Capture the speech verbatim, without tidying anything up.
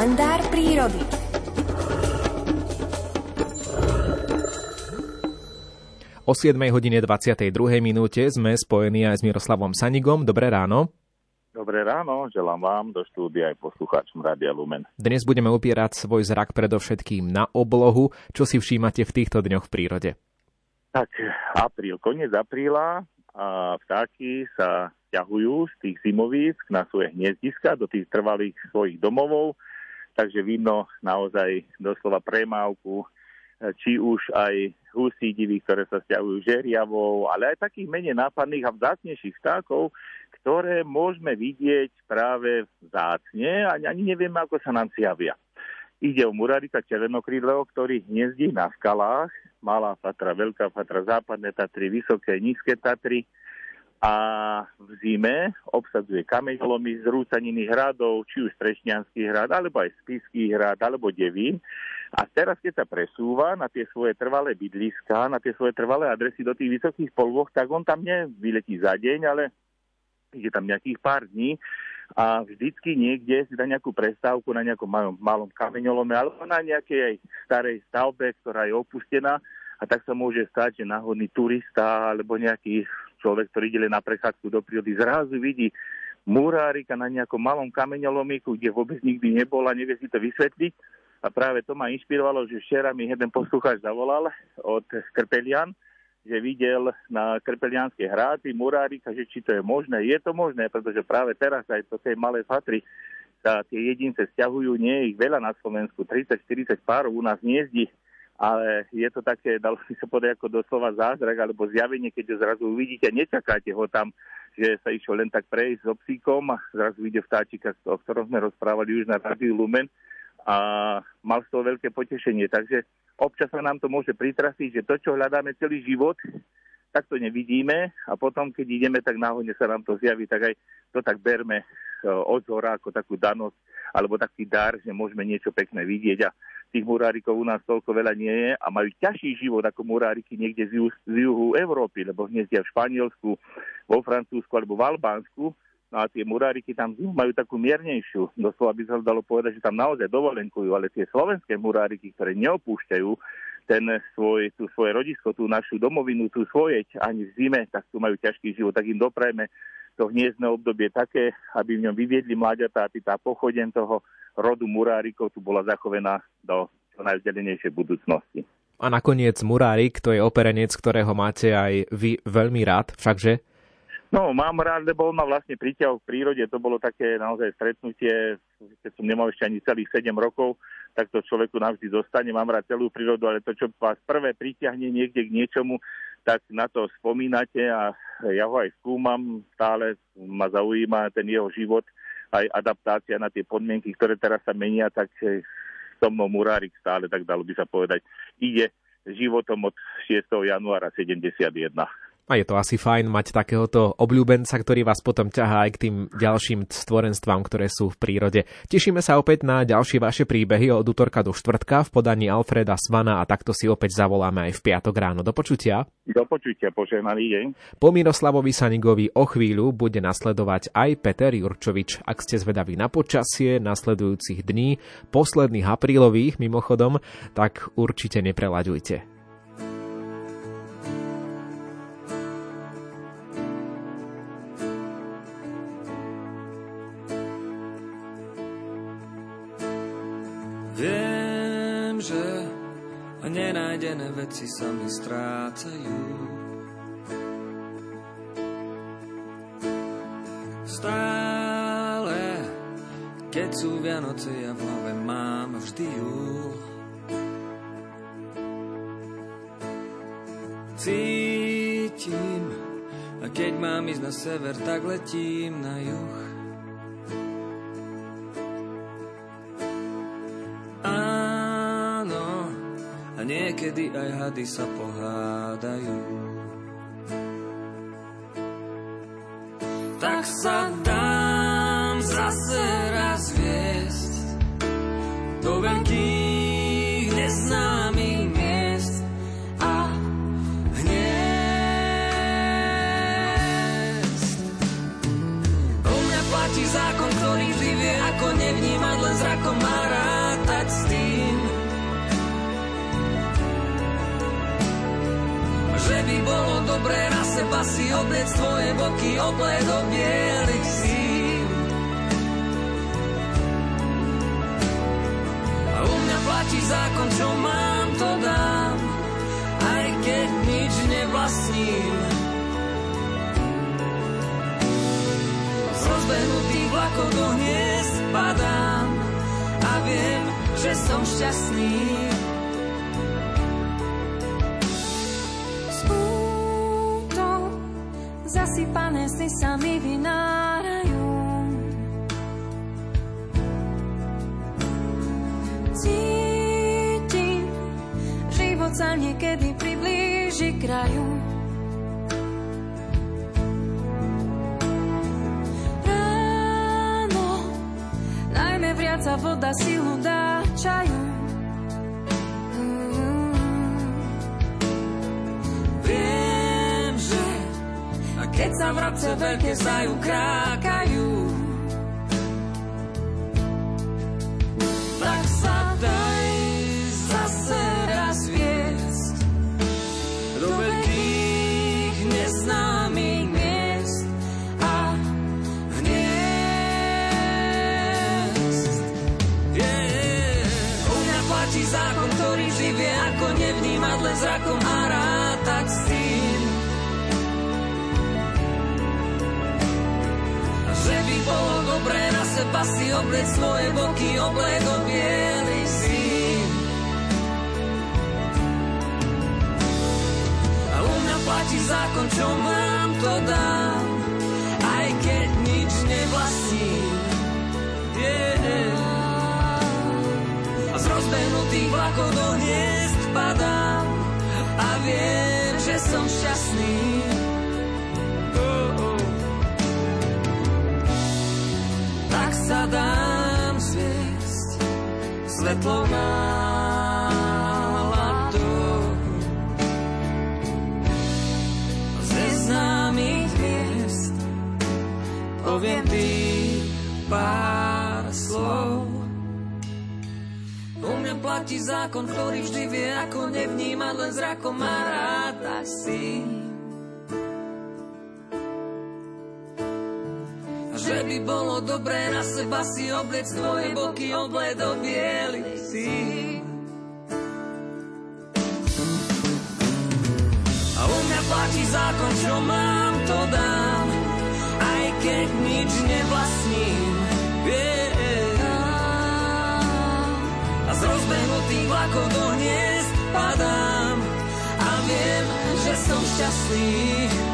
Kalendár prírody. O siedmej hodine dvadsiatej druhej minúte sme spojení aj s Miroslavom Sanigom. Dobré ráno. Dobré ráno, želám vám do štúdia aj poslucháčom Rádia Lumen. Dnes budeme upierať svoj zrak predovšetkým na oblohu. Čo si všímate v týchto dňoch v prírode? Tak, apríl, koniec apríla a vtáky sa ťahujú z tých zimovíc na svoje hniezdiska, do tých trvalých svojich domovov, takže vidno naozaj doslova premávku, či už aj husí divy, ktoré sa sťahujú žeriavou, ale aj takých menej nápadných a vzácnejších vtákov, ktoré môžeme vidieť práve vzácne a ani nevieme, ako sa nám zjavia. Ide o murárika červenokrídleho, ktorý hniezdí na skalách, Malá Fatra, Veľká Fatra, Západné Tatry, Vysoké, Nízke Tatry, a v zime obsadzuje kameňolomy z rúcaniny hradov, či už Trešňanský hrad, alebo aj Spišský hrad, alebo Devín. A teraz, keď sa presúva na tie svoje trvalé bydliská, na tie svoje trvalé adresy do tých vysokých polôch, tak on tam nevyletí za deň, ale ide tam nejakých pár dní a vždycky niekde si dá nejakú prestávku na nejakom malom, malom kameňolome alebo na nejakej aj starej stavbe, ktorá je opustená. A tak sa môže stať, že náhodný turista alebo nejaký človek, ktorý ide na prechádzku do prírody, zrazu vidí murárika na nejakom malom kameňolomíku, kde vôbec nikdy nebol a nevie si to vysvetliť. A práve to ma inšpirovalo, že včera mi jeden poslucháč zavolal od Krpelian, že videl na Krpelianskej hrázi murárika, že či to je možné. Je to možné, pretože práve teraz aj do tej Malej Fatry sa tie jedince sťahujú, nie je ich veľa na Slovensku, tridsať štyridsať párov u nás hniezdi. Ale je to také, dalo by sa povedať, ako doslova zázrak alebo zjavenie, keď ho zrazu uvidíte, nečakáte ho tam, že sa išiel len tak prejsť s obsíkom a zrazu ide vtáčika, o ktorom sme rozprávali už na Rádiu Lumen a mal z toho veľké potešenie. Takže občas sa nám to môže pritrasiť, že to, čo hľadáme celý život, tak to nevidíme a potom, keď ideme, tak náhodne sa nám to zjaví, tak aj to tak berme od zhora ako takú danosť alebo taký dar, že môžeme niečo pekné vidieť a tých murárikov u nás toľko veľa nie je a majú ťažší život ako muráriky niekde z, juhu, z juhu Európy, lebo hniezdia v Španielsku, vo Francúzsku alebo v Albánsku. No a tie muráriky tam majú takú miernejšiu. Doslova by sa dalo povedať, že tam naozaj dovolenkujú, ale tie slovenské muráriky, ktoré neopúšťajú ten svoj, tú svoje rodisko, tú našu domovinu, tú svojeť ani v zime, tak tu majú ťažký život. Tak im doprajme to hniezdne obdobie také, aby v ňom vyviedli mláďatá, aby tá pochodeň toho rodu murárikov tu bola zachovaná do najvzdialenejšej budúcnosti. A nakoniec murárik, to je operenec, ktorého máte aj vy veľmi rád, všakže? No, mám rád, lebo on ma vlastne pritiahol v prírode. To bolo také naozaj stretnutie, keď som nemal ešte ani celých sedem rokov, tak to človeku navždy zostane. Mám rád celú prírodu, ale to, čo vás prvé pritiahne niekde k niečomu, tak na to spomínate a ja ho aj skúmam, stále ma zaujíma ten jeho život, aj adaptácia na tie podmienky, ktoré teraz sa menia, tak so mnou murárik stále, tak dalo by sa povedať, ide životom od šiesteho januára sedemdesiatjeden. A je to asi fajn mať takéhoto obľúbenca, ktorý vás potom ťahá aj k tým ďalším stvorenstvám, ktoré sú v prírode. Tešíme sa opäť na ďalšie vaše príbehy od útorka do štvrtka v podaní Alfreda Svana a takto si opäť zavoláme aj v piatok ráno. Do počutia. Do počutia, požehnaný deň. Po Miroslavovi Sanigovi o chvíľu bude nasledovať aj Peter Jurčovič. Ak ste zvedaví na počasie nasledujúcich dní, posledných aprílových mimochodom, tak určite neprelaďujte. Viem, že nenájdené veci sa mi strácajú. Stále, keď sú Vianoce, ja v hlave mám vždy júl. Cítim, a keď mám ísť na sever, tak letím na juh. A niekedy aj hady sa pohádajú. Tak sa dám zase raz viesť do veľkých neznámych miest a hniezd. U mňa platí zákon, ktorý vždy vie, ako nevnímať len zrakom mára. si obliec tvoje boky oblek do bielých sín. A u mňa platí zákon, čo mám, to dám, aj keď nič nevlastním. Z rozbehnutých vlakov do hniezd padám a viem, že som šťastný. Z útov zasypané sny sa mi vynárajú. Cítim, život sa niekedy priblíži kraju. Ráno najmä vriaca voda silu dá čaju. Viem, že a keď sa vrabce veľké zajú krákajú, tak sa daj zase raz viesť do veľkých neznámych miest a hniezd. Yeah. U mňa platí zákon, ktorý živie, ako nevnímať len zrakom a rátať s tým, že by bolo dobré na seba si obliec svoje boky oblek do bielých sín. A u mňa platí zákon, čo mám, to dám, aj keď nič nevlastním. Yeah. A z rozbehnutých vlakov do hniezd padám a viem, že som šťastný. Tak sa dám zviesť svetlou náladou z neznámych miest. Poviem ti pár slov. U mňa platí zákon, ktorý vždy vie, ako nevnímať len zrakom a rátať si. Že by bolo dobré na seba si obliec tvoje boky oblek do bielých sín. A u mňa platí zákon, čo mám, to dám, aj keď nič nevlastním. Yeah. A z rozbehnutých vlakov do hniezd padám a viem, že som šťastný.